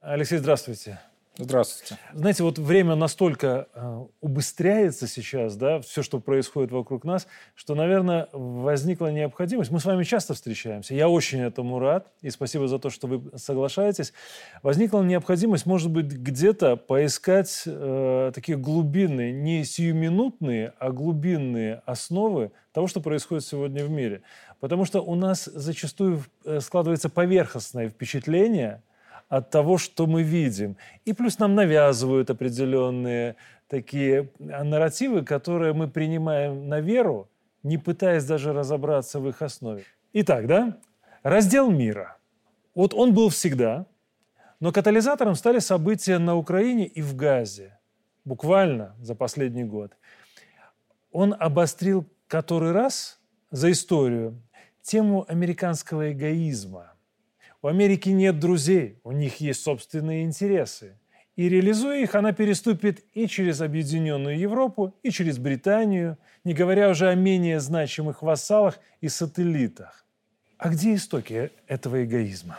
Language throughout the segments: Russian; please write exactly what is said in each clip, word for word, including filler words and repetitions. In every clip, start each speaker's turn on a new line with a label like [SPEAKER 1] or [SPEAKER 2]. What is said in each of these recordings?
[SPEAKER 1] Алексей, здравствуйте.
[SPEAKER 2] Здравствуйте.
[SPEAKER 1] Знаете, вот время настолько э, убыстряется сейчас, да, все, что происходит вокруг нас, что, наверное, возникла необходимость. Мы с вами часто встречаемся, я очень этому рад, и спасибо за то, что вы соглашаетесь. Возникла необходимость, может быть, где-то поискать э, такие глубинные, не сиюминутные, а глубинные основы того, что происходит сегодня в мире. Потому что у нас зачастую складывается поверхностное впечатление от того, что мы видим. И плюс нам навязывают определенные такие нарративы, которые мы принимаем на веру, не пытаясь даже разобраться в их основе. Итак, да, раздел мира. Вот он был всегда, но катализатором стали события на Украине и в Газе. Буквально за последний год. Он обострил который раз за историю тему американского эгоизма. У Америки нет друзей, у них есть собственные интересы. И реализуя их, она переступит и через Объединенную Европу, и через Британию, не говоря уже о менее значимых вассалах и сателлитах. А где истоки этого эгоизма?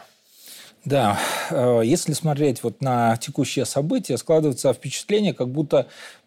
[SPEAKER 2] Да, если смотреть вот на текущие события, складывается впечатление, как будто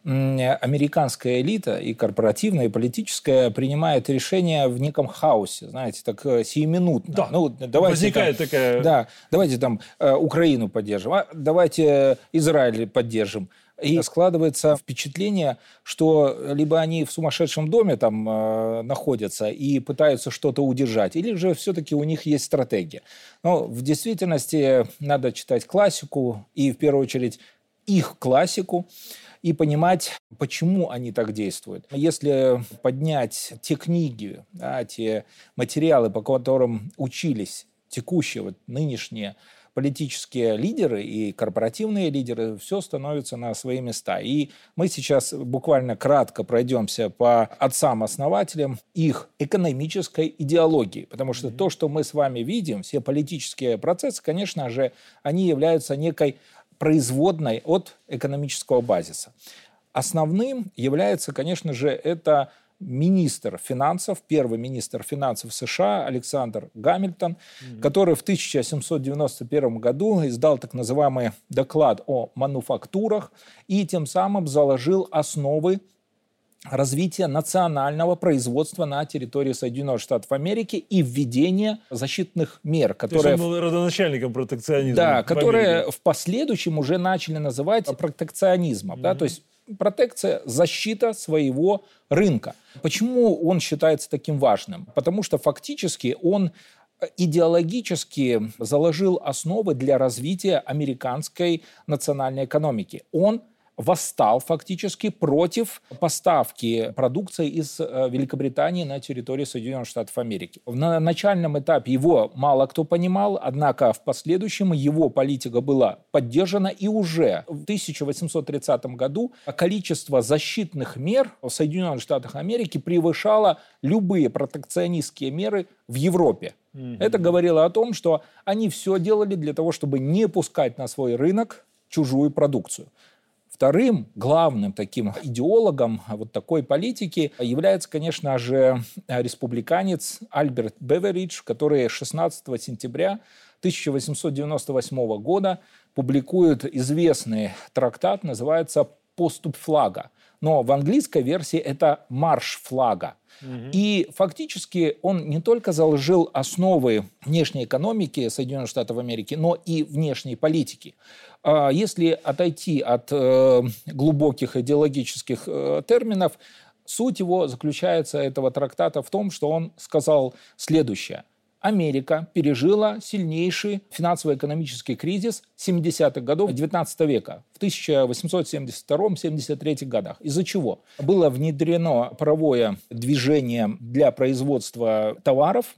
[SPEAKER 2] американская элита и корпоративная, и политическая принимает решения в неком хаосе, знаете, так сиюминутно.
[SPEAKER 1] Да,
[SPEAKER 2] ну, давайте,
[SPEAKER 1] возникает
[SPEAKER 2] там,
[SPEAKER 1] такая...
[SPEAKER 2] Да, давайте там Украину поддержим, а давайте Израиль поддержим. И складывается впечатление, что либо они в сумасшедшем доме там э, находятся и пытаются что-то удержать, или же все-таки у них есть стратегия. Но в действительности надо читать классику, и в первую очередь их классику, и понимать, почему они так действуют. Если поднять те книги, да, те материалы, по которым учились текущие, вот, нынешние политические лидеры и корпоративные лидеры, все становится на свои места. И мы сейчас буквально кратко пройдемся по отцам-основателям их экономической идеологии. Потому что mm-hmm. то, что мы с вами видим, все политические процессы, конечно же, они являются некой производной от экономического базиса. Основным является, конечно же, это министр финансов, первый министр финансов США Александр Гамильтон, mm-hmm. который в тысяча семьсот девяносто первом году издал так называемый доклад о мануфактурах и тем самым заложил основы развития национального производства на территории Соединенных Штатов Америки и введения защитных мер, которые...
[SPEAKER 1] То есть он был родоначальником протекционизма.
[SPEAKER 2] Да,
[SPEAKER 1] в
[SPEAKER 2] которые
[SPEAKER 1] Америке.
[SPEAKER 2] В последующем уже начали называть протекционизмом. Mm-hmm. Да, то есть протекция, защита своего рынка. Почему он считается таким важным? Потому что фактически он идеологически заложил основы для развития американской национальной экономики. Он восстал фактически против поставки продукции из Великобритании на территорию Соединенных Штатов Америки. На начальном этапе его мало кто понимал, однако в последующем его политика была поддержана, и уже в тысяча восемьсот тридцатом году количество защитных мер в Соединенных Штатах Америки превышало любые протекционистские меры в Европе. Mm-hmm. Это говорило о том, что они все делали для того, чтобы не пускать на свой рынок чужую продукцию. Вторым главным таким идеологом вот такой политики является, конечно же, республиканец Альберт Беверидж, который шестнадцатого сентября тысяча восемьсот девяносто восьмого года публикует известный трактат, называется «Поступь флага». Но в английской версии это «Марш флага». Угу. И фактически он не только заложил основы внешней экономики Соединенных Штатов Америки, но и внешней политики. Если отойти от глубоких идеологических терминов, суть его заключается, этого трактата, в том, что он сказал следующее. Америка пережила сильнейший финансово-экономический кризис семидесятых годов девятнадцатого века, в тысяча восемьсот семьдесят втором — семьдесят третьем годах. Из-за чего? Было внедрено паровое движение для производства товаров,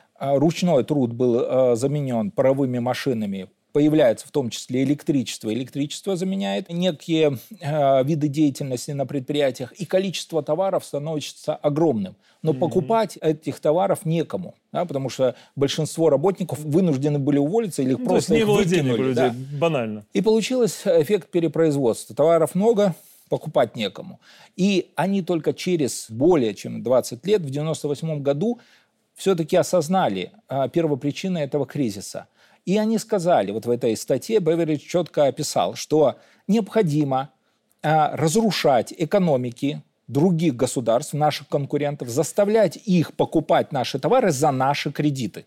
[SPEAKER 2] ручной труд был заменен паровыми машинами, появляется в том числе электричество. Электричество заменяет некие э, виды деятельности на предприятиях, и количество товаров становится огромным. Но mm-hmm. покупать этих товаров некому, да, потому что большинство работников вынуждены были уволиться или ну, просто их выкинули.
[SPEAKER 1] Денег у людей, да. Банально.
[SPEAKER 2] И получился эффект перепроизводства. Товаров много, покупать некому. И они только через более чем двадцать лет, в девяносто восьмом году, все-таки осознали э, первопричины этого кризиса. И они сказали, вот в этой статье Беверидж четко описал, что необходимо а, разрушать экономики других государств, наших конкурентов, заставлять их покупать наши товары за наши кредиты.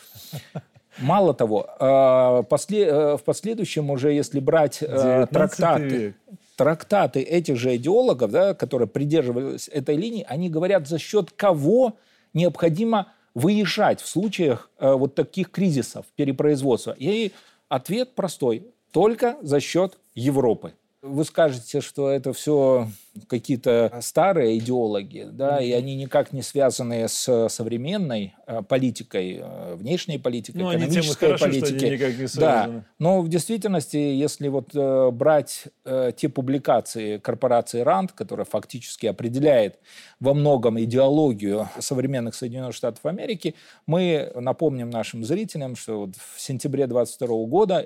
[SPEAKER 2] Мало того, в последующем уже, если брать трактаты, трактаты этих же идеологов, да, которые придерживались этой линии, они говорят, за счет кого необходимо выезжать в случаях вот таких кризисов, перепроизводства. И ответ простой. Только за счет Европы. Вы скажете, что это все какие-то старые идеологи, да, mm-hmm. и они никак не связаны с современной э, политикой, э, внешней политикой, ну, экономической политикой. Да, но в действительности, если вот э, брать э, те публикации корпорации Ранд, которая фактически определяет во многом идеологию современных Соединенных Штатов Америки, мы напомним нашим зрителям, что вот в сентябре двадцать второго года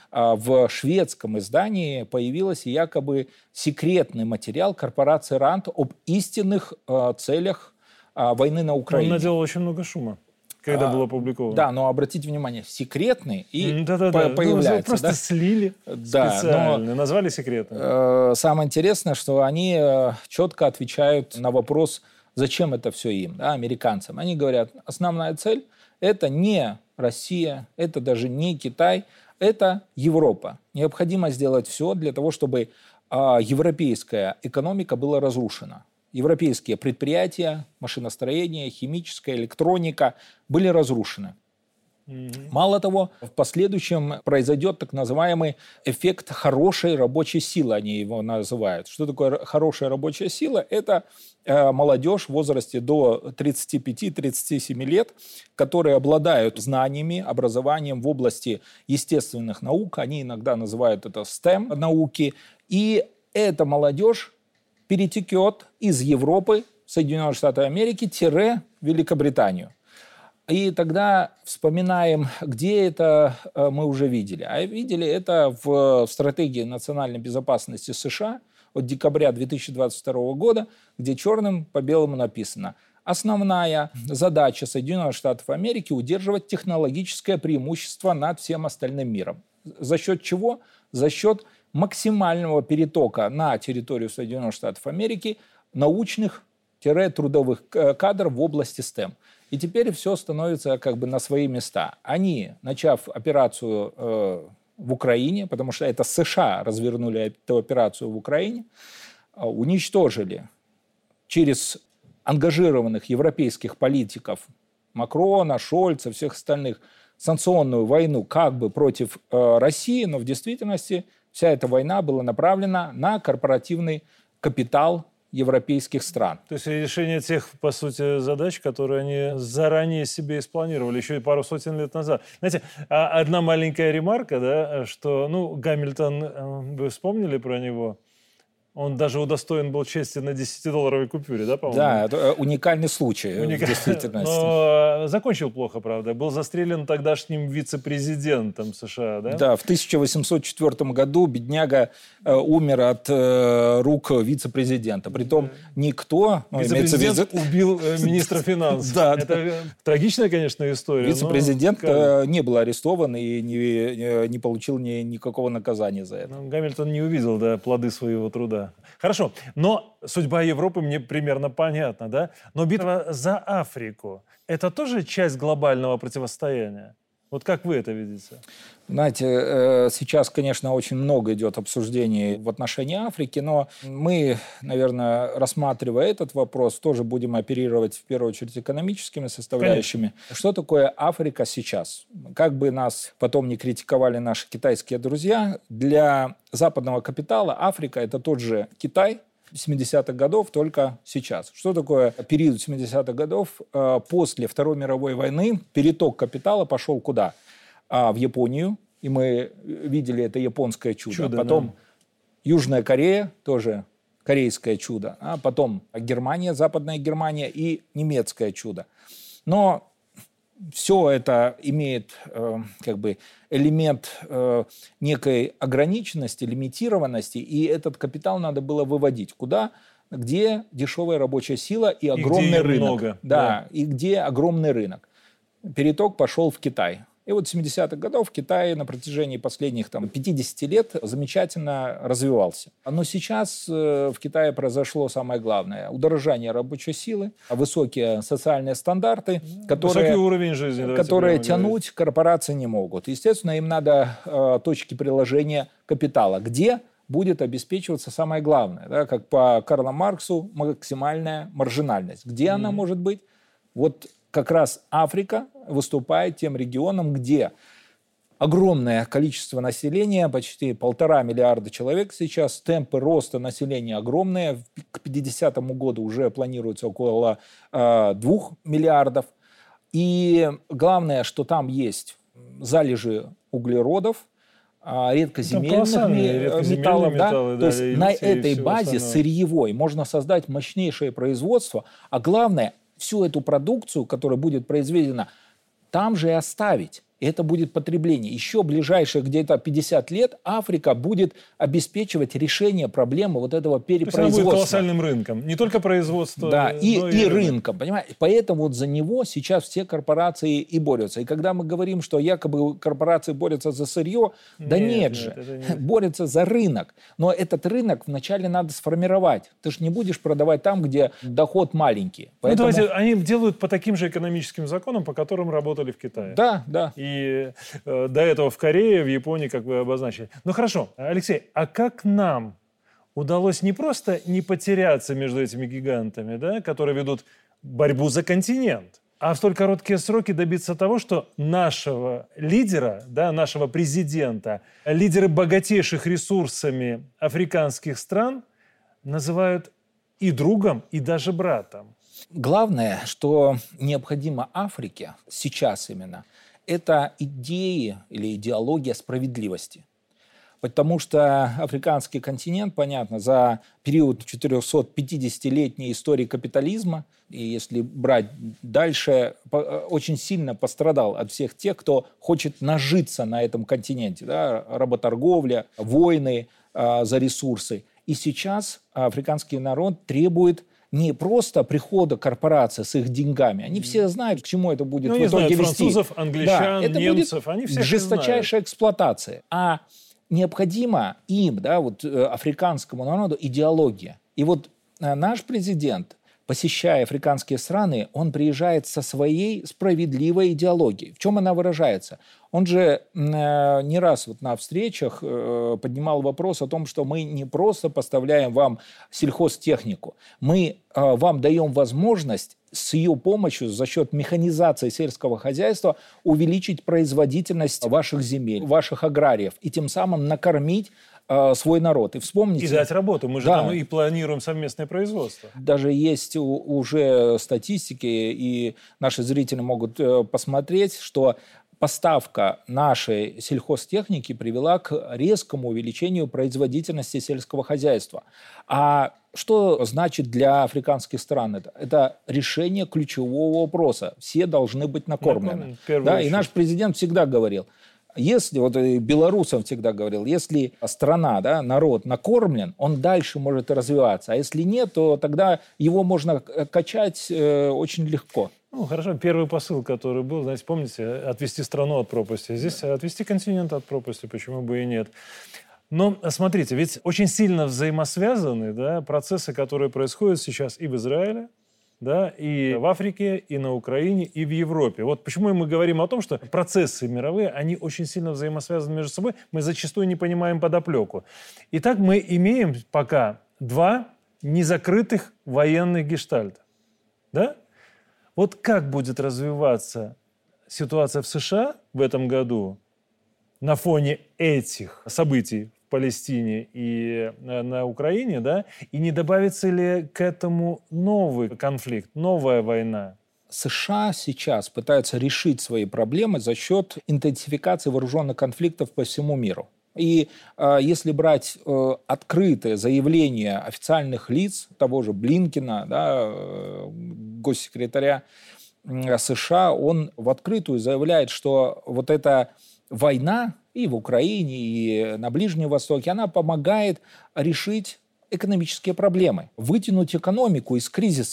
[SPEAKER 2] в шведском издании появился якобы секретный материал корпорации Ранд об истинных э, целях э, войны на Украине.
[SPEAKER 1] Он наделал очень много шума, когда а, был опубликован.
[SPEAKER 2] Да, но обратите внимание, секретный и
[SPEAKER 1] да, да, да.
[SPEAKER 2] появляется.
[SPEAKER 1] Ну, просто
[SPEAKER 2] да?
[SPEAKER 1] слили
[SPEAKER 2] да,
[SPEAKER 1] специально,
[SPEAKER 2] но,
[SPEAKER 1] назвали секретным.
[SPEAKER 2] Э, самое интересное, что они э, четко отвечают на вопрос, зачем это все им, да, американцам. Они говорят, основная цель – это не Россия, это даже не Китай, это Европа. Необходимо сделать все для того, чтобы а, европейская экономика была разрушена. Европейские предприятия, машиностроение, химическая, электроника были разрушены. Mm-hmm. Мало того, в последующем произойдет так называемый эффект хорошей рабочей силы, они его называют. Что такое хорошая рабочая сила? Это э, молодежь в возрасте до тридцати пяти - тридцати семи лет, которые обладают знаниями, образованием в области естественных наук. Они иногда называют это стэм науки. И эта молодежь перетекет из Европы, Соединенных Штатов Америки, тире Великобританию. И тогда вспоминаем, где это мы уже видели. А видели это в стратегии национальной безопасности США от декабря две тысячи двадцать второго года, где черным по белому написано: основная задача Соединенных Штатов Америки – удерживать технологическое преимущество над всем остальным миром. За счет чего? За счет максимального перетока на территорию Соединенных Штатов Америки научных-трудовых кадров в области стэм. И теперь все становится как бы на свои места. Они, начав операцию э, в Украине, потому что это США развернули эту операцию в Украине, э, уничтожили через ангажированных европейских политиков Макрона, Шольца, всех остальных санкционную войну как бы против э, России, но в действительности вся эта война была направлена на корпоративный капитал европейских стран.
[SPEAKER 1] То есть решение тех, по сути, задач, которые они заранее себе спланировали, еще и пару сотен лет назад. Знаете, одна маленькая ремарка, да, что, ну, Гамильтон, вы вспомнили про него? Он даже удостоен был чести на десятидолларовой купюре, да, по-моему?
[SPEAKER 2] Да, это уникальный случай, Уник... в действительности.
[SPEAKER 1] Но закончил плохо, правда. Был застрелен тогдашним вице-президентом США, да?
[SPEAKER 2] Да, в тысяча восемьсот четвёртом году бедняга э, умер от э, рук вице-президента. Притом никто...
[SPEAKER 1] Ну, вице-президент виду... убил э, министра финансов. Да, это трагичная, конечно, история.
[SPEAKER 2] Вице-президент но... не был арестован и не, не получил ни, никакого наказания за это.
[SPEAKER 1] Ну, Гамильтон не увидел, да, плоды своего труда. Хорошо, но судьба Европы мне примерно понятна, да? Но битва за Африку – это тоже часть глобального противостояния? Вот как вы это видите?
[SPEAKER 2] Знаете, сейчас, конечно, очень много идет обсуждений в отношении Африки, но мы, наверное, рассматривая этот вопрос, тоже будем оперировать в первую очередь экономическими составляющими. Конечно. Что такое Африка сейчас? Как бы нас потом не критиковали наши китайские друзья, для западного капитала Африка – это тот же Китай семидесятых годов, только сейчас. Что такое период семидесятых годов? После Второй мировой войны переток капитала пошел куда? В Японию, и мы видели это японское чудо. чудо потом да. Южная Корея, тоже корейское чудо. А потом Германия, Западная Германия и немецкое чудо. Но все это имеет э, как бы элемент э, некой ограниченности, лимитированности, и этот капитал надо было выводить. Куда? Где дешевая рабочая сила и огромный и рынок. Много. Да, да, и где огромный рынок. Переток пошел в Китай. И вот с семидесятых годов Китай на протяжении последних там, пятидесяти лет замечательно развивался. Но сейчас э, в Китае произошло самое главное. Удорожание рабочей силы, высокие социальные стандарты, которые,
[SPEAKER 1] высокий уровень жизни,
[SPEAKER 2] которые тянуть говорить. корпорации не могут. Естественно, им надо э, точки приложения капитала, где будет обеспечиваться самое главное. Да, как по Карлу Марксу, максимальная маржинальность. Где mm-hmm. она может быть? Вот как раз Африка выступает тем регионом, где огромное количество населения, почти полтора миллиарда человек сейчас, темпы роста населения огромные, к пятидесятому году уже планируется около э, двух миллиардов. И главное, что там есть залежи углеродов, редкоземельных металлов. Да?
[SPEAKER 1] Металлы,
[SPEAKER 2] То
[SPEAKER 1] да,
[SPEAKER 2] есть на этой базе остальное. сырьевой можно создать мощнейшее производство, а главное, всю эту продукцию, которая будет произведена, там же и оставить. И это будет потребление. Еще ближайшие где-то пятьдесят лет Африка будет обеспечивать решение проблемы вот этого перепроизводства. То есть она будет
[SPEAKER 1] колоссальным рынком. Не только производство,
[SPEAKER 2] да, и,
[SPEAKER 1] но
[SPEAKER 2] и, и рынком. Понимаете? Поэтому вот за него сейчас все корпорации и борются. И когда мы говорим, что якобы корпорации борются за сырье, нет, да нет, нет же. Нет. Борются за рынок. Но этот рынок вначале надо сформировать. Ты же не будешь продавать там, где доход маленький.
[SPEAKER 1] Поэтому... Ну, давайте, они делают по таким же экономическим законам, по которым работали в Китае.
[SPEAKER 2] Да, да.
[SPEAKER 1] И И э, до этого в Корее, в Японии, как вы обозначили. Ну хорошо, Алексей, а как нам удалось не просто не потеряться между этими гигантами, да, которые ведут борьбу за континент, а в столь короткие сроки добиться того, что нашего лидера, да, нашего президента, лидеры богатейших ресурсами африканских стран называют и другом, и даже братом?
[SPEAKER 2] Главное, что необходимо Африке сейчас именно, это идеи или идеология справедливости. Потому что африканский континент, понятно, за период четырехсотпятидесятилетней истории капитализма, и если брать дальше, очень сильно пострадал от всех тех, кто хочет нажиться на этом континенте. Да? Работорговля, войны э, за ресурсы. И сейчас африканский народ требует не просто прихода корпорации с их деньгами. Они все знают, к чему это будет
[SPEAKER 1] ну,
[SPEAKER 2] в итоге
[SPEAKER 1] знают,
[SPEAKER 2] вести.
[SPEAKER 1] Французов, англичан,
[SPEAKER 2] да, это
[SPEAKER 1] немцев,
[SPEAKER 2] будет
[SPEAKER 1] они все
[SPEAKER 2] жесточайшая эксплуатация. А необходимо им, да, вот, африканскому народу, идеология. И вот наш президент, посещая африканские страны, он приезжает со своей справедливой идеологией. В чем она выражается? Он же э, не раз вот на встречах э, поднимал вопрос о том, что мы не просто поставляем вам сельхозтехнику, мы э, вам даем возможность с ее помощью за счет механизации сельского хозяйства увеличить производительность ваших земель, ваших аграриев и тем самым накормить свой народ. И вспомните...
[SPEAKER 1] И дать работу. Мы же да. там и планируем совместное производство.
[SPEAKER 2] Даже есть уже статистики, и наши зрители могут посмотреть, что поставка нашей сельхозтехники привела к резкому увеличению производительности сельского хозяйства. А что значит для африканских стран это? Это решение ключевого вопроса. Все должны быть накормлены. Да, и наш президент всегда говорил, если, вот белорусам всегда говорил, если страна, да, народ накормлен, он дальше может развиваться. А если нет, то тогда его можно качать э, очень легко.
[SPEAKER 1] Ну, хорошо. Первый посыл, который был, знаете, помните, отвести страну от пропасти. Здесь отвести континент от пропасти, почему бы и нет. Но смотрите, ведь очень сильно взаимосвязаны, да, процессы, которые происходят сейчас и в Израиле, да, и в Африке, и на Украине, и в Европе. Вот почему мы говорим о том, что процессы мировые, они очень сильно взаимосвязаны между собой, мы зачастую не понимаем подоплеку. Итак, мы имеем пока два незакрытых военных гештальта. Да? Вот как будет развиваться ситуация в США в этом году на фоне этих событий в Палестине и на Украине, да, и не добавится ли к этому новый конфликт, новая война?
[SPEAKER 2] США сейчас пытаются решить свои проблемы за счет интенсификации вооруженных конфликтов по всему миру. И э, если брать э, открытые заявления официальных лиц, того же Блинкена, да, э, госсекретаря э, США, он в открытую заявляет, что вот эта война и в Украине, и на Ближнем Востоке, она помогает решить экономические проблемы, вытянуть экономику из кризиса.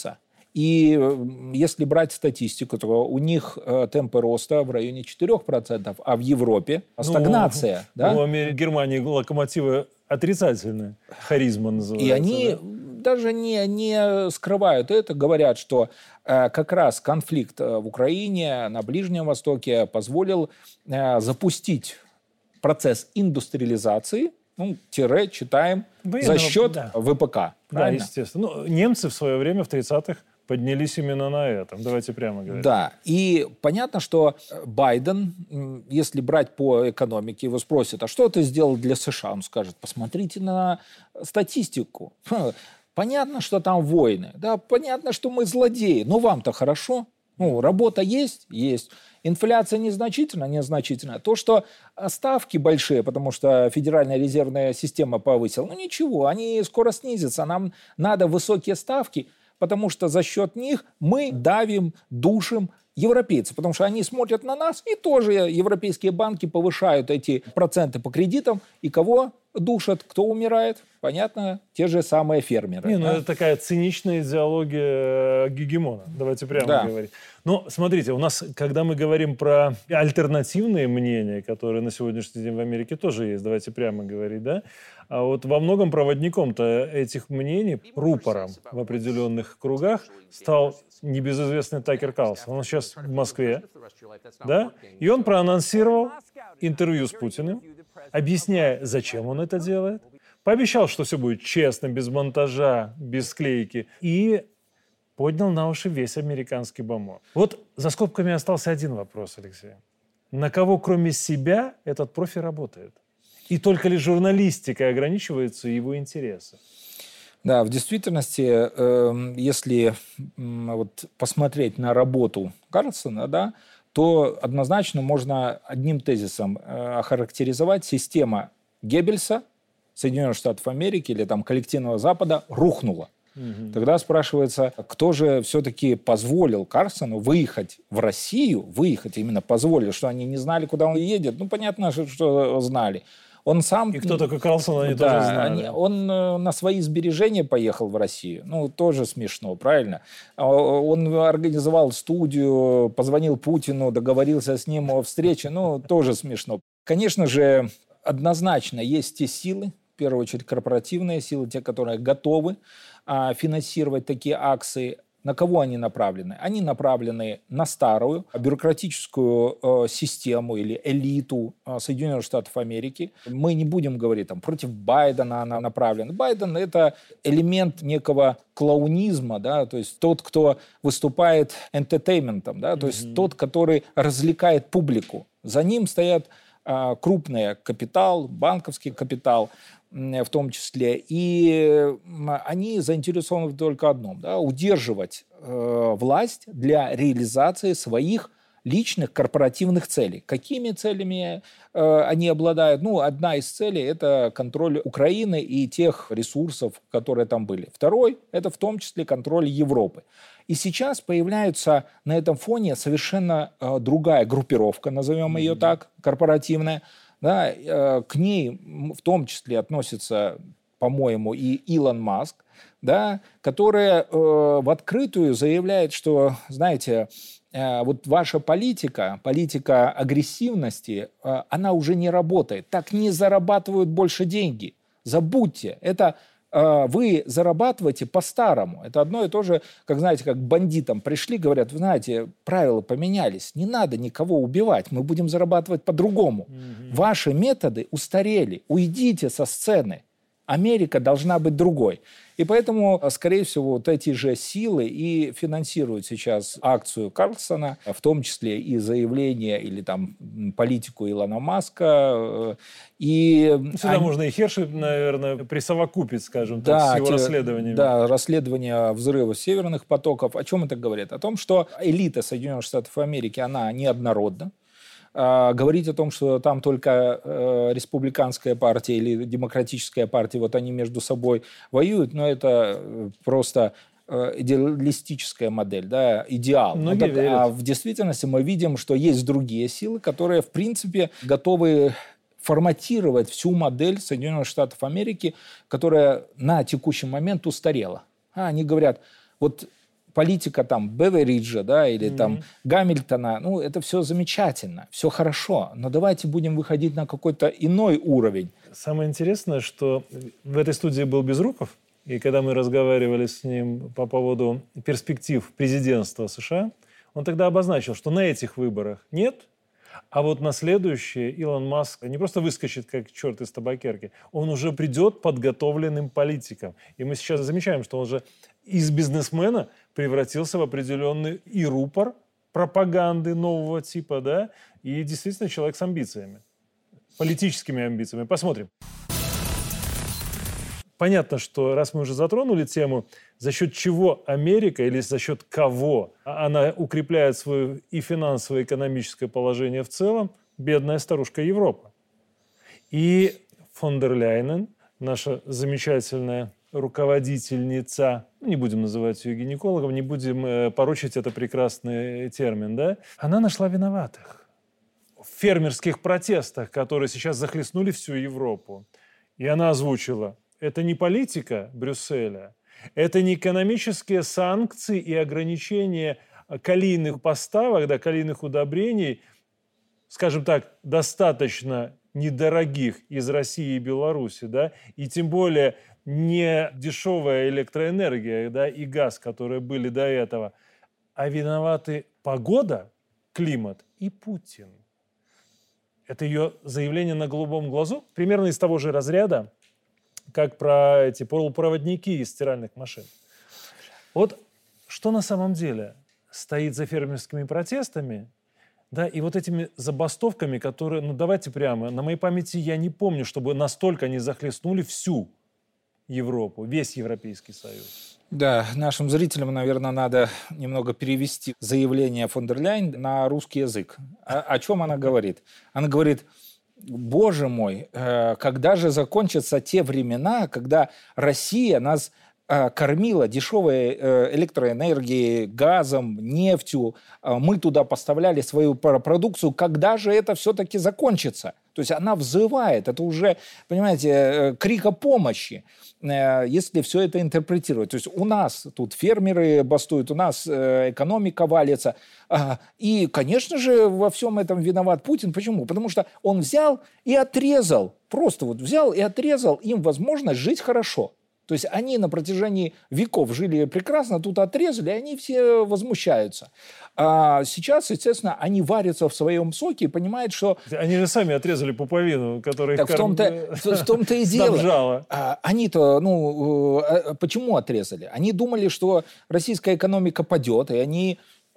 [SPEAKER 2] И если брать статистику, то у них темпы роста в районе четыре процента, а в Европе стагнация.
[SPEAKER 1] Ну,
[SPEAKER 2] да?
[SPEAKER 1] У Америки, Германии локомотивы отрицательные. Харизма называется.
[SPEAKER 2] И они да? даже не, не скрывают это, говорят, что э, как раз конфликт в Украине, на Ближнем Востоке позволил э, запустить процесс индустриализации, ну, тире, читаем, Военного, за счет да. ВПК.
[SPEAKER 1] Да, естественно. Ну, немцы в свое время, в тридцатых, поднялись именно на этом. Давайте прямо говорить.
[SPEAKER 2] Да. И понятно, что Байден, если брать по экономике, его спросят, а что ты сделал для США? Он скажет, посмотрите на статистику. Понятно, что там войны. Да, понятно, что мы злодеи. Но вам-то хорошо. Ну, работа есть? Есть. Инфляция незначительная? Незначительная. То, что ставки большие, потому что Федеральная резервная система повысила, ну ничего, они скоро снизятся. Нам надо высокие ставки, потому что за счет них мы давим, душим европейцев, потому что они смотрят на нас, и тоже европейские банки повышают эти проценты по кредитам, и кого душат, кто умирает? Понятно, те же самые фермеры.
[SPEAKER 1] Не,
[SPEAKER 2] да?
[SPEAKER 1] ну это такая циничная идеология гегемона, давайте прямо да. говорить. Но смотрите, у нас, когда мы говорим про альтернативные мнения, которые на сегодняшний день в Америке тоже есть, давайте прямо говорить, да, а вот во многом проводником-то этих мнений, рупором в определенных кругах стал небезызвестный Такер Карлсон. Он сейчас в Москве, да, и он проанонсировал интервью с Путиным, объясняя, зачем он это делает, пообещал, что все будет честно, без монтажа, без склейки, и поднял на уши весь американский бомонд. Вот за скобками остался один вопрос, Алексей. На кого, кроме себя, этот профи работает? И только ли журналистикой ограничиваются его интересы?
[SPEAKER 2] Да, в действительности, э, если э, вот, посмотреть на работу Карлсона, да, то однозначно можно одним тезисом э, охарактеризовать: система Геббельса, Соединенных Штатов Америки или там коллективного Запада рухнула. Угу. Тогда спрашивается, кто же все-таки позволил Карлсону выехать в Россию, выехать именно позволил, что они не знали, куда он едет. Ну, понятно, что, что знали. Он сам...
[SPEAKER 1] И кто такой Карлсон, они
[SPEAKER 2] да,
[SPEAKER 1] тоже знали.
[SPEAKER 2] Они, он на свои сбережения поехал в Россию. Ну, тоже смешно, правильно? Он организовал студию, позвонил Путину, договорился с ним о встрече. Ну, тоже смешно. Конечно же, однозначно есть те силы, в первую очередь корпоративные силы, те, которые готовы а, финансировать такие акции. На кого они направлены? Они направлены на старую бюрократическую э, систему или элиту э, Соединенных Штатов Америки. Мы не будем говорить, там, против Байдена она направлена. Байден – это элемент некого клоунизма, да, то есть тот, кто выступает энтетейментом, да, то есть mm-hmm. тот, который развлекает публику. За ним стоят э, крупный капитал, банковский капитал, в том числе, и они заинтересованы в только одном, да, удерживать э, власть для реализации своих личных корпоративных целей. Какими целями э, они обладают? Ну, одна из целей – это контроль Украины и тех ресурсов, которые там были. Второй – это в том числе контроль Европы. И сейчас появляется на этом фоне совершенно э, другая группировка, назовем ее так, корпоративная. Да, э, к ней в том числе относится, по-моему, и Илон Маск, да, который э, в открытую заявляет, что, знаете, э, вот ваша политика, политика агрессивности, э, она уже не работает. Так не зарабатывают больше деньги. Забудьте, это э, вы зарабатываете по-старому. Это одно и то же, как, знаете, как бандитам пришли, говорят, вы знаете, правила поменялись, не надо никого убивать, мы будем зарабатывать по-другому. Mm-hmm. Ваши методы устарели, уйдите со сцены. Америка должна быть другой. И поэтому, скорее всего, вот эти же силы и финансируют сейчас акцию Карлсона, в том числе и заявление или там политику Илона Маска. И
[SPEAKER 1] сюда они... можно и Херши, наверное, присовокупить, скажем так, да, с его те, расследованиями.
[SPEAKER 2] Да, расследование взрыва северных потоков. О чем это говорит? О том, что элита Соединенных Штатов Америки, она неоднородна. Говорить о том, что там только э, республиканская партия или демократическая партия, вот они между собой воюют, но это просто э, идеалистическая модель, да, идеал. Но так, а в действительности мы видим, что есть другие силы, которые, в принципе, готовы форматировать всю модель Соединенных Штатов Америки, которая на текущий момент устарела. А они говорят, вот политика там Бевериджа, да, или mm-hmm. там Гамильтона, ну, это все замечательно, все хорошо, но давайте будем выходить на какой-то иной уровень.
[SPEAKER 1] Самое интересное, что в этой студии был Безруков, и когда мы разговаривали с ним по поводу перспектив президентства США, он тогда обозначил, что на этих выборах нет, а вот на следующее Илон Маск не просто выскочит как черт из табакерки, он уже придет подготовленным политиком. И мы сейчас замечаем, что он же из бизнесмена превратился в определенный и рупор пропаганды нового типа, да, и действительно человек с амбициями, политическими амбициями. Посмотрим. Понятно, что раз мы уже затронули тему, за счет чего Америка или за счет кого она укрепляет свое и финансовое, и экономическое положение в целом, бедная старушка Европа. И фон дер Ляйен, наша замечательная руководительница, не будем называть ее гинекологом, не будем порочить это прекрасный термин, да, она нашла виноватых в фермерских протестах, которые сейчас захлестнули всю Европу. И она озвучила: это не политика Брюсселя, это не экономические санкции и ограничения калийных поставок, да, калийных удобрений, скажем так, достаточно недорогих из России и Беларуси, да, и тем более не дешевая электроэнергия, да, и газ, которые были до этого, а виноваты погода, климат и Путин. Это ее заявление на голубом глазу, примерно из того же разряда, как про эти полупроводники из стиральных машин. Вот что на самом деле стоит за фермерскими протестами, да, и вот этими забастовками, которые, ну давайте прямо, на моей памяти я не помню, чтобы настолько они захлестнули всю Европу, весь Европейский Союз.
[SPEAKER 2] Да, нашим зрителям, наверное, надо немного перевести заявление фон дер Ляйен на русский язык. О, о чем она говорит? Она говорит: боже мой, когда же закончатся те времена, когда Россия нас кормила дешевой электроэнергией, газом, нефтью, мы туда поставляли свою продукцию, когда же это все-таки закончится? То есть она взывает, это уже, понимаете, крик о помощи, если все это интерпретировать. То есть у нас тут фермеры бастуют, у нас экономика валится. И, конечно же, во всем этом виноват Путин. Почему? Потому что он взял и отрезал, просто вот взял и отрезал им возможность жить хорошо. То есть они на протяжении веков жили прекрасно, тут отрезали, и они все возмущаются. А сейчас, естественно, они варятся в своем соке и понимают, что...
[SPEAKER 1] Они же сами отрезали пуповину, которая их
[SPEAKER 2] в том-то, в том-то и дело. Они-то, ну, почему отрезали? Они думали, что российская экономика падет, и они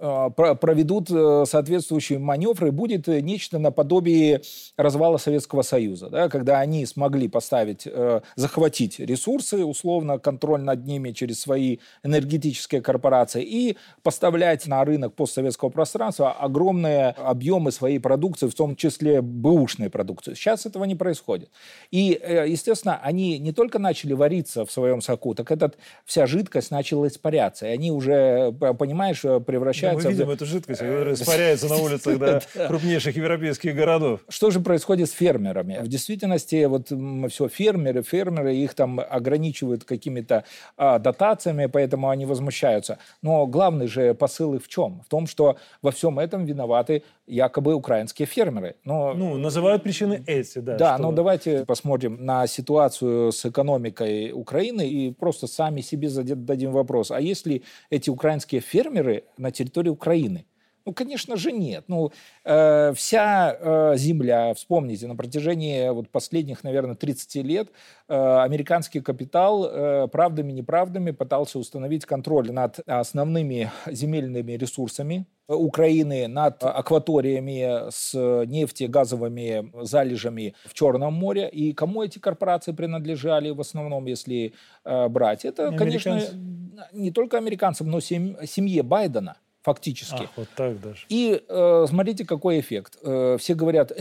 [SPEAKER 2] проведут соответствующие маневры, будет нечто наподобие развала Советского Союза, да, когда они смогли поставить, захватить ресурсы, условно, контроль над ними через свои энергетические корпорации и поставлять на рынок постсоветского пространства огромные объемы своей продукции, в том числе бэушной продукции. Сейчас этого не происходит. И, естественно, они не только начали вариться в своем соку, так эта вся жидкость начала испаряться. И они уже, понимаешь, превращаются...
[SPEAKER 1] Мы видим эту жидкость, которая испаряется на улицах крупнейших европейских городов.
[SPEAKER 2] Что же происходит с фермерами? В действительности, вот все фермеры, фермеры, их там ограничивают какими-то а, дотациями, поэтому они возмущаются. Но главный же посыл в чем? В том, что во всем этом виноваты якобы украинские фермеры. Но...
[SPEAKER 1] Ну, называют причины эти, да.
[SPEAKER 2] Да,
[SPEAKER 1] что...
[SPEAKER 2] но давайте посмотрим на ситуацию с экономикой Украины и просто сами себе зададим вопрос. А если эти украинские фермеры на территории Украины? Ну, конечно же, нет. Ну, э, вся э, земля, вспомните, на протяжении вот последних, наверное, тридцати лет э, американский капитал э, правдами-неправдами пытался установить контроль над основными земельными ресурсами Украины, над акваториями с нефтегазовыми залежами в Черном море. И кому эти корпорации принадлежали в основном, если э, брать? Это, конечно, не только американцам, но сем- семье Байдена. Фактически.
[SPEAKER 1] Ах, вот так даже.
[SPEAKER 2] И э, смотрите, какой эффект. Э, все говорят, это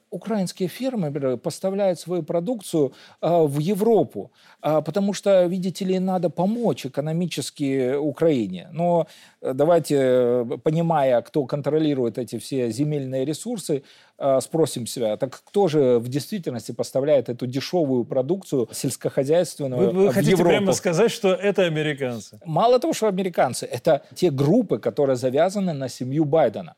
[SPEAKER 2] украинские фермеры поставляют свою продукцию э, в Европу, э, потому что, видите ли, надо помочь экономически Украине. Но э, давайте, понимая, кто контролирует эти все земельные ресурсы, э, спросим себя, так кто же в действительности поставляет эту дешевую продукцию сельскохозяйственную
[SPEAKER 1] вы, вы
[SPEAKER 2] в
[SPEAKER 1] хотите
[SPEAKER 2] Европу?
[SPEAKER 1] прямо сказать, что это американцы?
[SPEAKER 2] Мало того, что американцы, это те группы, которые завязаны на семью Байдена.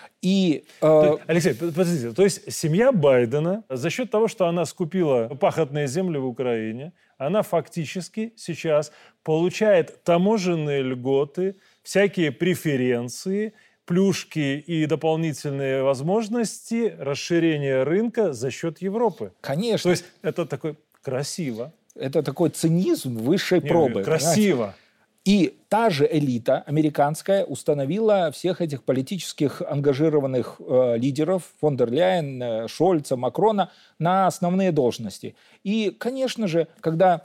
[SPEAKER 2] И, э...
[SPEAKER 1] то, Алексей, подождите, то есть семья Байдена за счет того, что она скупила пахотные земли в Украине, она фактически сейчас получает таможенные льготы, всякие преференции, плюшки и дополнительные возможности расширения рынка за счет Европы.
[SPEAKER 2] Конечно.
[SPEAKER 1] То есть это такой красиво.
[SPEAKER 2] Это такой цинизм высшей
[SPEAKER 1] Не,
[SPEAKER 2] пробы.
[SPEAKER 1] Красиво.
[SPEAKER 2] Понимаете? И та же элита американская установила всех этих политических ангажированных э, лидеров, фон дер Ляйен, э, Шольца, Макрона, на основные должности. И, конечно же, когда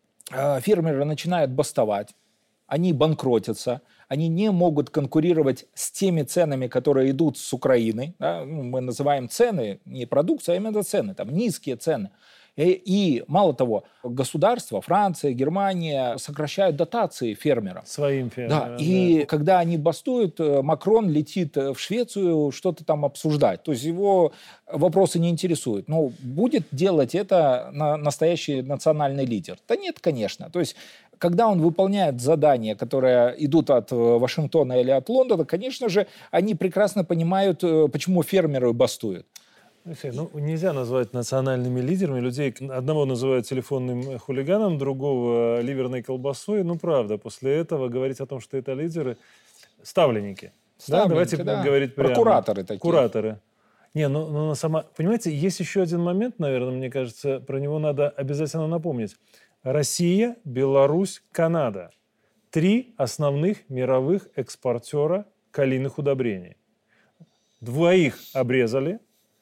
[SPEAKER 2] э, фермеры начинают бастовать, они банкротятся, они не могут конкурировать с теми ценами, которые идут с Украины. Да? Мы называем цены, не продукцию, а именно цены, там низкие цены. И, и мало того, государства, Франция, Германия сокращают дотации фермерам.
[SPEAKER 1] Своим фермерам.
[SPEAKER 2] Да. И
[SPEAKER 1] да.
[SPEAKER 2] когда они бастуют, Макрон летит в Швецию что-то там обсуждать. То есть его вопросы не интересуют. Но будет делать это настоящий национальный лидер? Да нет, конечно. То есть когда он выполняет задания, которые идут от Вашингтона или от Лондона, конечно же, они прекрасно понимают, почему фермеры бастуют.
[SPEAKER 1] Ну, нельзя назвать национальными лидерами людей. Одного называют телефонным хулиганом, другого ливерной колбасой. Ну, правда, после этого говорить о том, что это лидеры, ставленники.
[SPEAKER 2] Ставленники,
[SPEAKER 1] да, давайте
[SPEAKER 2] да.
[SPEAKER 1] говорить прямо.
[SPEAKER 2] Прокураторы такие.
[SPEAKER 1] Кураторы. Не, ну, ну сама... Понимаете, есть еще один момент, наверное, мне кажется, про него надо обязательно напомнить. Россия, Беларусь, Канада. Три основных мировых экспортера калийных удобрений. Двоих обрезали.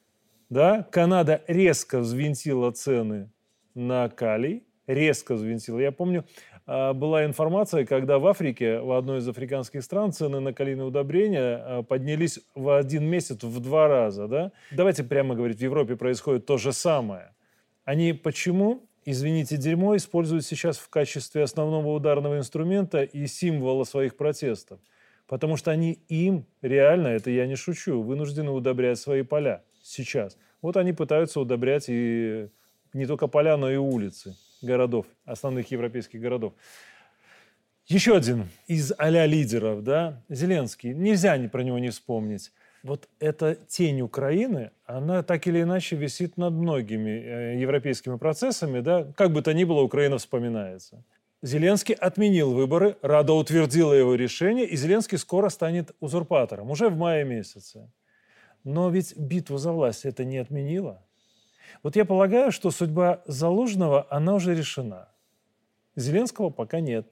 [SPEAKER 1] Да? Канада резко взвинтила цены на калий, резко взвинтила. Я помню, была информация, когда в Африке, в одной из африканских стран, цены на калийные удобрения поднялись в один месяц в два раза. Да? Давайте прямо говорить, в Европе происходит то же самое. Они почему, извините, дерьмо используют сейчас в качестве основного ударного инструмента и символа своих протестов? Потому что они им, реально, это я не шучу, вынуждены удобрять свои поля. Сейчас. Вот они пытаются удобрять и не только поля, но и улицы городов, основных европейских городов. Еще один из а-ля лидеров, да, Зеленский. Нельзя про него не вспомнить. Вот эта тень Украины, она так или иначе висит над многими европейскими процессами, да. Как бы то ни было, Украина вспоминается. Зеленский отменил выборы, Рада утвердила его решение, и Зеленский скоро станет узурпатором, уже в мае месяце. Но ведь битву за власть это не отменило. Вот я полагаю, что судьба Залужного, она уже решена. Зеленского пока нет.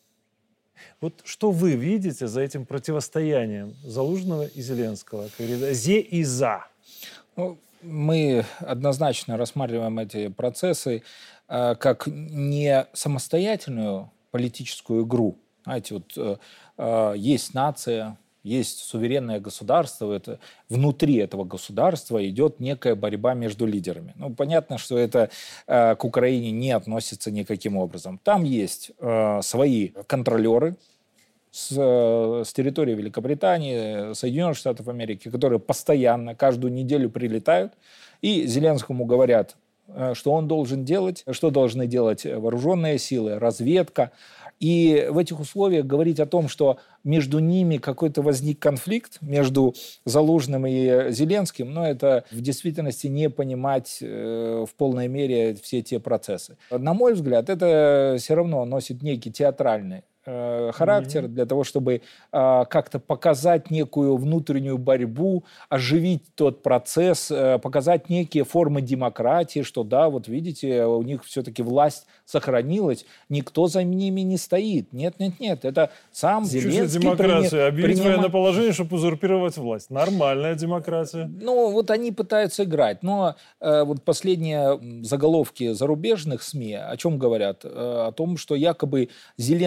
[SPEAKER 1] Вот что вы видите за этим противостоянием Залужного и Зеленского? Зе и за.
[SPEAKER 2] Ну, мы однозначно рассматриваем эти процессы э, как не самостоятельную политическую игру. Знаете, вот э, э, есть нация, есть суверенное государство, это, внутри этого государства идет некая борьба между лидерами. Ну, понятно, что это э, к Украине не относится никаким образом. Там есть э, свои контролеры с, э, с территории Великобритании, Соединенных Штатов Америки, которые постоянно, каждую неделю прилетают и Зеленскому говорят, э, что он должен делать, что должны делать вооруженные силы, разведка. И в этих условиях говорить о том, что между ними какой-то возник конфликт, между Залужным и Зеленским, ну, это в действительности не понимать э, в полной мере все те процессы. На мой взгляд, это все равно носит некий театральный э, характер mm-hmm. для того, чтобы э, как-то показать некую внутреннюю борьбу, оживить тот процесс, э, показать некие формы демократии, что да, вот видите, у них все-таки власть сохранилась, никто за ними не стоит. Нет, нет, нет, это сам Зеленский...
[SPEAKER 1] Демократия. Объявить
[SPEAKER 2] принимает...
[SPEAKER 1] военное положение, чтобы узурпировать власть. Нормальная демократия.
[SPEAKER 2] Ну, вот они пытаются играть. Но э, вот последние заголовки зарубежных СМИ о чем говорят? Э, о том, что якобы Зеленский принимает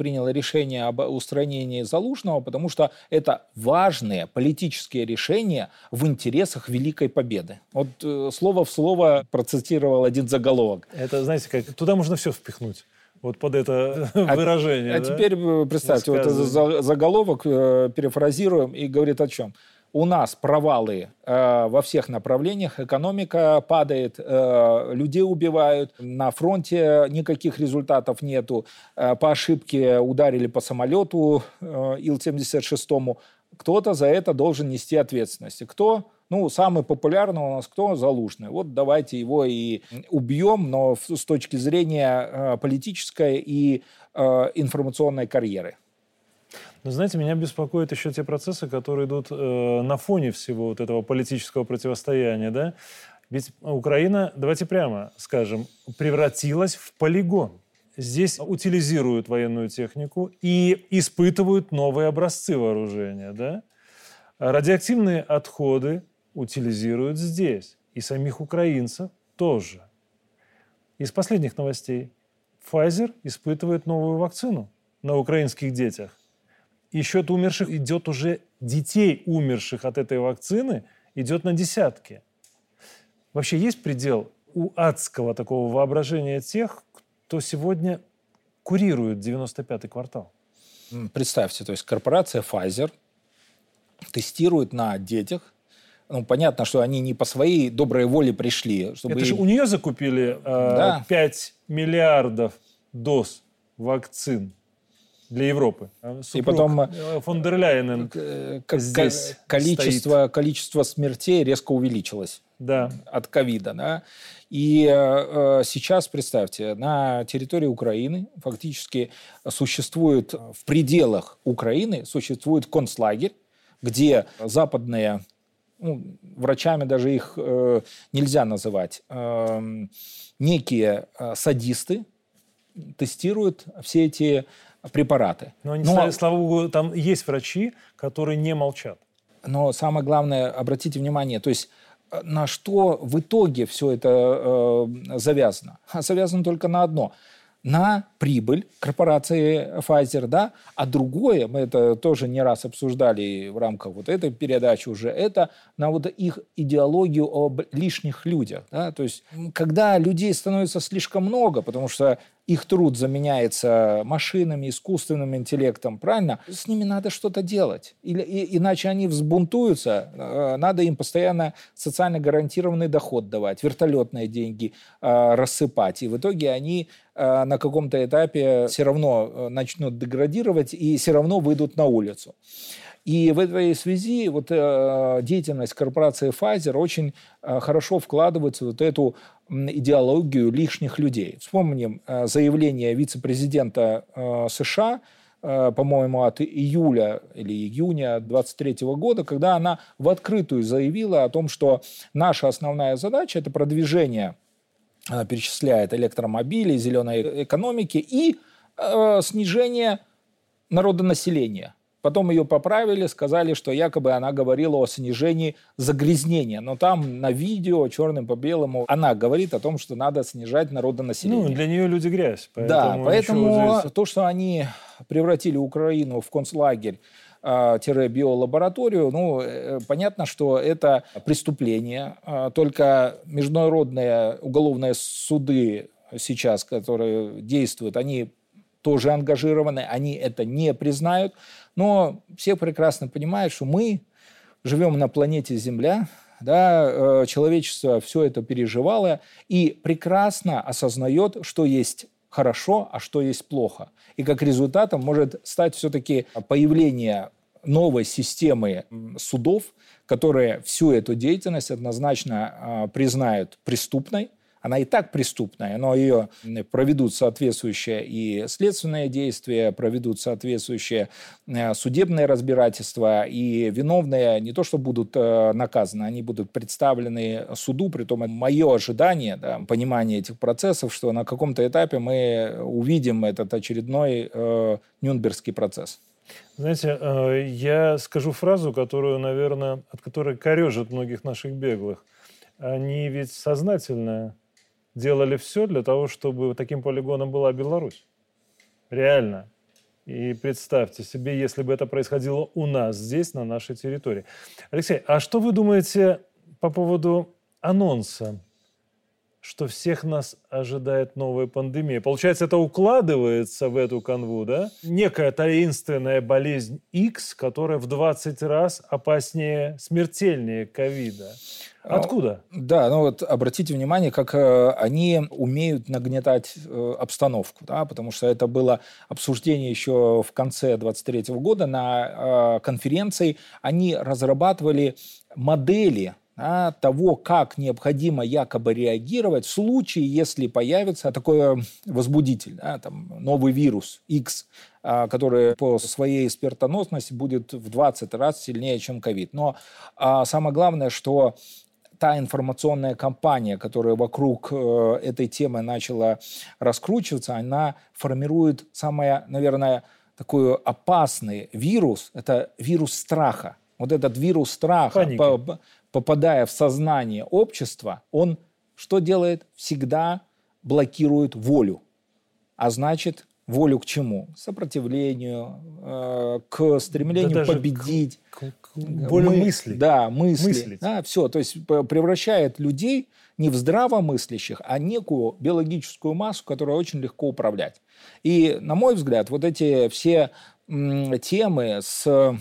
[SPEAKER 2] приняло решение об устранении Залужного, потому что это важные политические решения в интересах великой победы. Вот э, слово в слово процитировал один заголовок.
[SPEAKER 1] Это, знаете, как туда можно все впихнуть. Вот под это а, выражение.
[SPEAKER 2] А
[SPEAKER 1] да?
[SPEAKER 2] теперь представьте, вот этот заголовок э, перефразируем и говорит о чем? У нас провалы э, во всех направлениях, экономика падает, э, людей убивают, на фронте никаких результатов нету, э, по ошибке ударили по самолету э, Ил семьдесят шесть, кто-то за это должен нести ответственность. Кто? Ну, самый популярный у нас кто? Залужный. Вот давайте его и убьем, но с точки зрения э, политической и э, информационной карьеры.
[SPEAKER 1] Но, знаете, меня беспокоят еще те процессы, которые идут э, на фоне всего вот этого политического противостояния, да? Ведь Украина, давайте прямо скажем, превратилась в полигон. Здесь утилизируют военную технику и испытывают новые образцы вооружения, да? Радиоактивные отходы утилизируют здесь. И самих украинцев тоже. Из последних новостей. Pfizer испытывает новую вакцину на украинских детях. И счет умерших идет уже, детей, умерших от этой вакцины, идет на десятки. Вообще есть предел у адского такого воображения тех, кто сегодня курирует девяносто пятый квартал?
[SPEAKER 2] Представьте, то есть корпорация Pfizer тестирует на детях. Ну, понятно, что они не по своей доброй воле пришли. Чтобы
[SPEAKER 1] Это же
[SPEAKER 2] им...
[SPEAKER 1] у нее закупили э, да. пять миллиардов доз вакцин для Европы. Супруг
[SPEAKER 2] и потом
[SPEAKER 1] фон дер Ляйен
[SPEAKER 2] к-
[SPEAKER 1] здесь
[SPEAKER 2] количество, количество смертей резко увеличилось
[SPEAKER 1] да.
[SPEAKER 2] от ковида. Да? И э, сейчас, представьте, на территории Украины фактически существует, в пределах Украины существует концлагерь, где западные, ну, врачами даже их э, нельзя называть, э, некие э, садисты тестируют все эти препараты.
[SPEAKER 1] Но, они, но, слава богу, там есть врачи, которые не молчат.
[SPEAKER 2] Но самое главное, обратите внимание, то есть на что в итоге все это э, завязано? Завязано только на одно. На прибыль корпорации Pfizer, да, а другое, мы это тоже не раз обсуждали в рамках вот этой передачи уже, это на вот их идеологию об лишних людях, да, то есть когда людей становится слишком много, потому что их труд заменяется машинами, искусственным интеллектом, правильно? С ними надо что-то делать. Или, и, иначе они взбунтуются. Надо им постоянно социально гарантированный доход давать, вертолетные деньги э, рассыпать. И в итоге они э, на каком-то этапе все равно начнут деградировать и все равно выйдут на улицу. И в этой связи вот, э, деятельность корпорации Pfizer очень э, хорошо вкладывается в вот эту идеологию лишних людей. Вспомним э, заявление вице-президента э, США, э, по-моему, от июля или июня двадцать третьего года, когда она в открытую заявила о том, что наша основная задача – это продвижение, она перечисляет, электромобилей, зеленой экономики и э, снижение народонаселения. Потом ее поправили, сказали, что якобы она говорила о снижении загрязнения. Но там на видео черным по белому она говорит о том, что надо снижать народонаселение.
[SPEAKER 1] Ну, для нее люди грязь.
[SPEAKER 2] Да, поэтому здесь... то, что они превратили Украину в концлагерь, биолабораторию, ну, понятно, что это преступление. Только международные уголовные суды сейчас, которые действуют, они тоже ангажированы, они это не признают. Но все прекрасно понимают, что мы живем на планете Земля, да, человечество все это переживало и прекрасно осознает, что есть хорошо, а что есть плохо. И как результатом может стать все-таки появление новой системы судов, которые всю эту деятельность однозначно признают преступной. Она и так преступная, но ее проведут соответствующие и следственные действия, проведут соответствующие судебные разбирательства, и виновные не то что будут наказаны, они будут представлены суду, притом мое ожидание, да, понимание этих процессов, что на каком-то этапе мы увидим этот очередной э, Нюрнбергский процесс.
[SPEAKER 1] Знаете, э, я скажу фразу, которую, наверное, от которой корежит многих наших беглых. Они ведь сознательно делали все для того, чтобы таким полигоном была Беларусь. Реально. И представьте себе, если бы это происходило у нас, здесь, на нашей территории. Алексей, а что вы думаете по поводу анонса, что всех нас ожидает новая пандемия? Получается, это укладывается в эту канву, да? Некая таинственная болезнь X, которая в двадцать раз опаснее, смертельнее ковида. Откуда?
[SPEAKER 2] Да, ну вот обратите внимание, как э, они умеют нагнетать э, обстановку, да, потому что это было обсуждение еще в конце двадцать третьего года на э, конференции. Они разрабатывали модели, да, того, как необходимо якобы реагировать в случае, если появится такой возбудитель, да, там, новый вирус X, э, который по своей смертоносности будет в двадцать раз сильнее, чем ковид. Но э, самое главное, что та информационная кампания, которая вокруг э, этой темы начала раскручиваться, она формирует самое, наверное, такой опасный вирус. Это вирус страха. Вот этот вирус страха, по, попадая в сознание общества, он что делает? Всегда блокирует волю. А значит, волю к чему? Сопротивлению, э, к стремлению да победить.
[SPEAKER 1] К, к, к волю
[SPEAKER 2] Мы,
[SPEAKER 1] мысли.
[SPEAKER 2] Да, мысли.
[SPEAKER 1] Мыслить.
[SPEAKER 2] Да, все. То есть превращает людей не в здравомыслящих, а некую биологическую массу, которую очень легко управлять. И, на мой взгляд, вот эти все м, темы с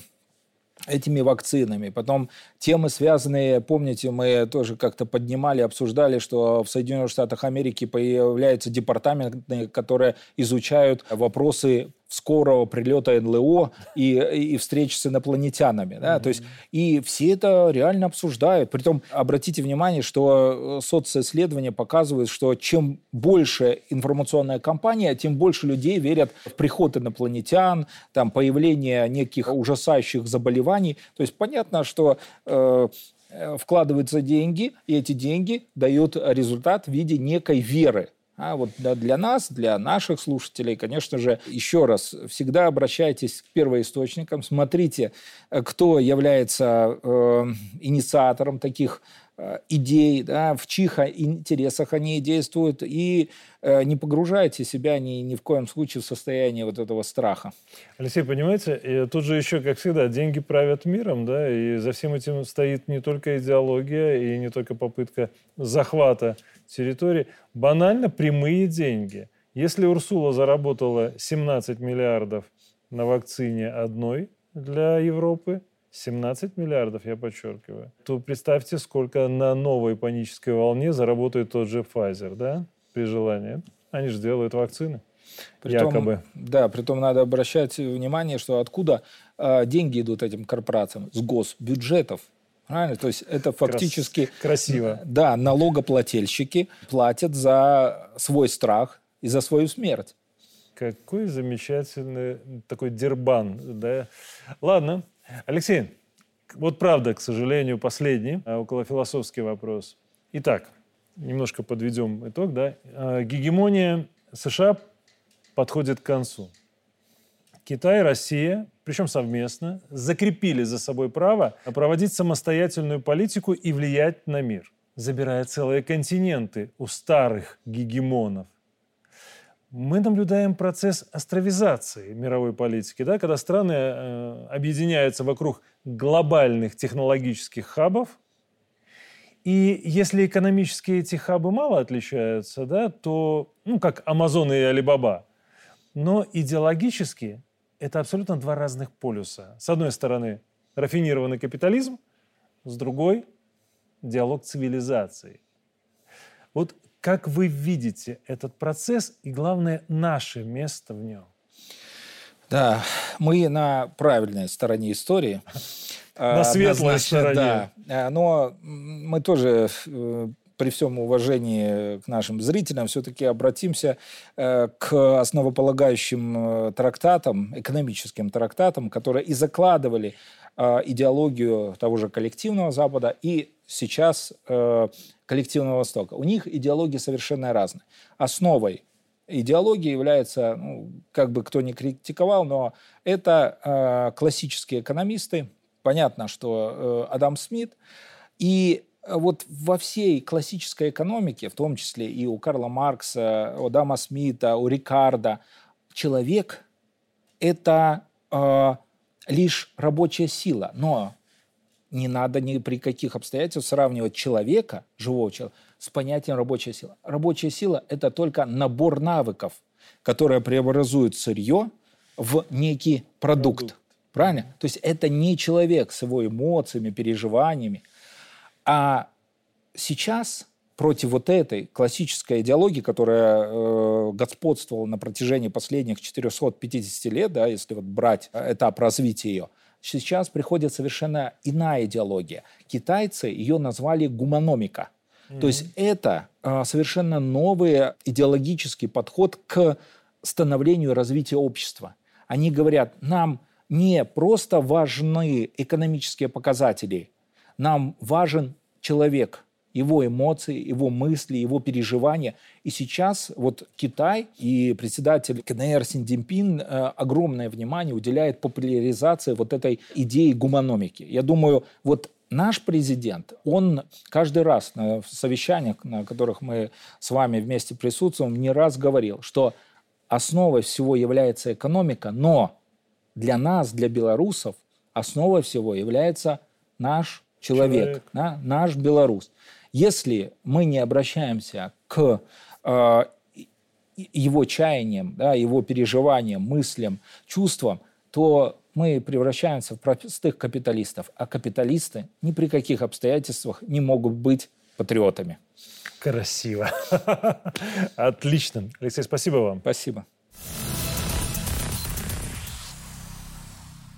[SPEAKER 2] этими вакцинами. Потом темы, связанные, помните, мы тоже как-то поднимали, обсуждали, что в Соединенных Штатах Америки появляются департаменты, которые изучают вопросы скорого прилета эн эл о и, и встреч с инопланетянами. Да? Mm-hmm. То есть, и все это реально обсуждают. Притом, обратите внимание, что социсследования показывают, что чем больше информационная кампания, тем больше людей верят в приход инопланетян, там, появление неких ужасающих заболеваний. То есть, понятно, что э, вкладываются деньги, и эти деньги дают результат в виде некой веры. А вот для нас, для наших слушателей, конечно же, еще раз, всегда обращайтесь к первоисточникам, смотрите, кто является э, инициатором таких э, идей, да, в чьих интересах они действуют, и э, не погружайте себя ни, ни в коем случае в состояние вот этого страха.
[SPEAKER 1] Алексей, понимаете, тут же еще, как всегда, деньги правят миром, да, и за всем этим стоит не только идеология и не только попытка захвата территории, банально прямые деньги. Если Урсула заработала семнадцать миллиардов на вакцине одной для Европы, семнадцать миллиардов, я подчеркиваю, то представьте, сколько на новой панической волне заработает тот же Pfizer, да, при желании. Они же делают вакцины, притом, якобы.
[SPEAKER 2] Да, притом надо обращать внимание, что откуда э, деньги идут этим корпорациям? С госбюджетов. Правильно? То есть это фактически...
[SPEAKER 1] Красиво.
[SPEAKER 2] Да, налогоплательщики платят за свой страх и за свою смерть.
[SPEAKER 1] Какой замечательный такой дербан. Да? Ладно. Алексей, вот правда, к сожалению, последний, околофилософский вопрос. Итак, немножко подведем итог. Да? Гегемония США подходит к концу. Китай, Россия, причем совместно, закрепили за собой право проводить самостоятельную политику и влиять на мир, забирая целые континенты у старых гегемонов. Мы наблюдаем процесс островизации мировой политики, да, когда страны э, объединяются вокруг глобальных технологических хабов. И если экономически эти хабы мало отличаются, да, то, ну, как Амазон и Алибаба, но идеологически это абсолютно два разных полюса. С одной стороны, рафинированный капитализм, с другой – диалог цивилизаций. Вот как вы видите этот процесс и, главное, наше место в нем?
[SPEAKER 2] Да, мы на правильной стороне истории.
[SPEAKER 1] На светлой стороне.
[SPEAKER 2] Да, но мы тоже... при всем уважении к нашим зрителям, все-таки обратимся э, к основополагающим трактатам, экономическим трактатам, которые и закладывали э, идеологию того же коллективного Запада и сейчас э, коллективного Востока. У них идеологии совершенно разные. Основой идеологии является, ну, как бы кто ни критиковал, но это э, классические экономисты. Понятно, что э, Адам Смит. И вот во всей классической экономике, в том числе и у Карла Маркса, у Адама Смита, у Рикардо, человек это э, лишь рабочая сила. Но не надо ни при каких обстоятельствах сравнивать человека, живого человека, с понятием рабочая сила. Рабочая сила – это только набор навыков, которые преобразуют сырье в некий продукт. продукт. Правильно? То есть это не человек с его эмоциями, переживаниями. А сейчас против вот этой классической идеологии, которая э, господствовала на протяжении последних четырехсот пятидесяти лет, да, если вот брать этап развития ее, сейчас приходит совершенно иная идеология. Китайцы ее назвали гуманомика. Mm-hmm. То есть это э, совершенно новый идеологический подход к становлению и развитию общества. Они говорят, нам не просто важны экономические показатели, нам важен человек, его эмоции, его мысли, его переживания. И сейчас вот Китай и председатель КНР Си Цзиньпин э, огромное внимание уделяет популяризации вот этой идеи гуманомики. Я думаю, вот наш президент, он каждый раз на совещаниях, на которых мы с вами вместе присутствуем, не раз говорил, что основой всего является экономика, но для нас, для белорусов, основой всего является наш человек, человек. Да, наш белорус. Если мы не обращаемся к э, его чаяниям, да, его переживаниям, мыслям, чувствам, то мы превращаемся в простых капиталистов. А капиталисты ни при каких обстоятельствах не могут быть патриотами.
[SPEAKER 1] Красиво. Отлично. Алексей, спасибо вам.
[SPEAKER 2] Спасибо.